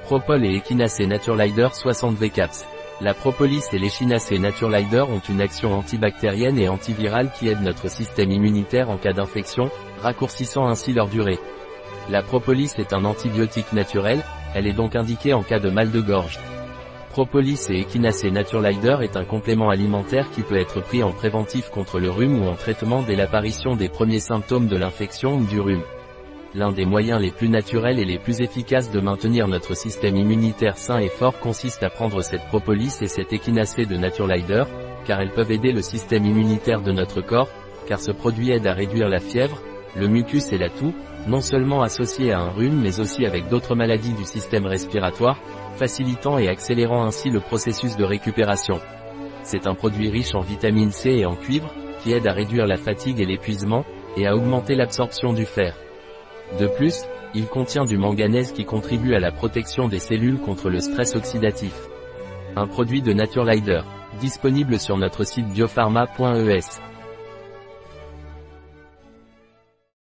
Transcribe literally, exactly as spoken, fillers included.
Propol et Echinacea Naturelider soixante V CAPS. La propolis et l'Echinacea Naturelider ont une action antibactérienne et antivirale qui aide notre système immunitaire en cas d'infection, raccourcissant ainsi leur durée. La propolis est un antibiotique naturel, elle est donc indiquée en cas de mal de gorge. Propolis et Echinacea Naturelider est un complément alimentaire qui peut être pris en préventif contre le rhume ou en traitement dès l'apparition des premiers symptômes de l'infection ou du rhume. L'un des moyens les plus naturels et les plus efficaces de maintenir notre système immunitaire sain et fort consiste à prendre cette propolis et cette Echinacea de Naturelider, car elles peuvent aider le système immunitaire de notre corps, car ce produit aide à réduire la fièvre, le mucus et la toux, non seulement associés à un rhume mais aussi avec d'autres maladies du système respiratoire, facilitant et accélérant ainsi le processus de récupération. C'est un produit riche en vitamine C et en cuivre, qui aide à réduire la fatigue et l'épuisement, et à augmenter l'absorption du fer. De plus, il contient du manganèse qui contribue à la protection des cellules contre le stress oxydatif. Un produit de Naturelider, disponible sur notre site biopharma point E S.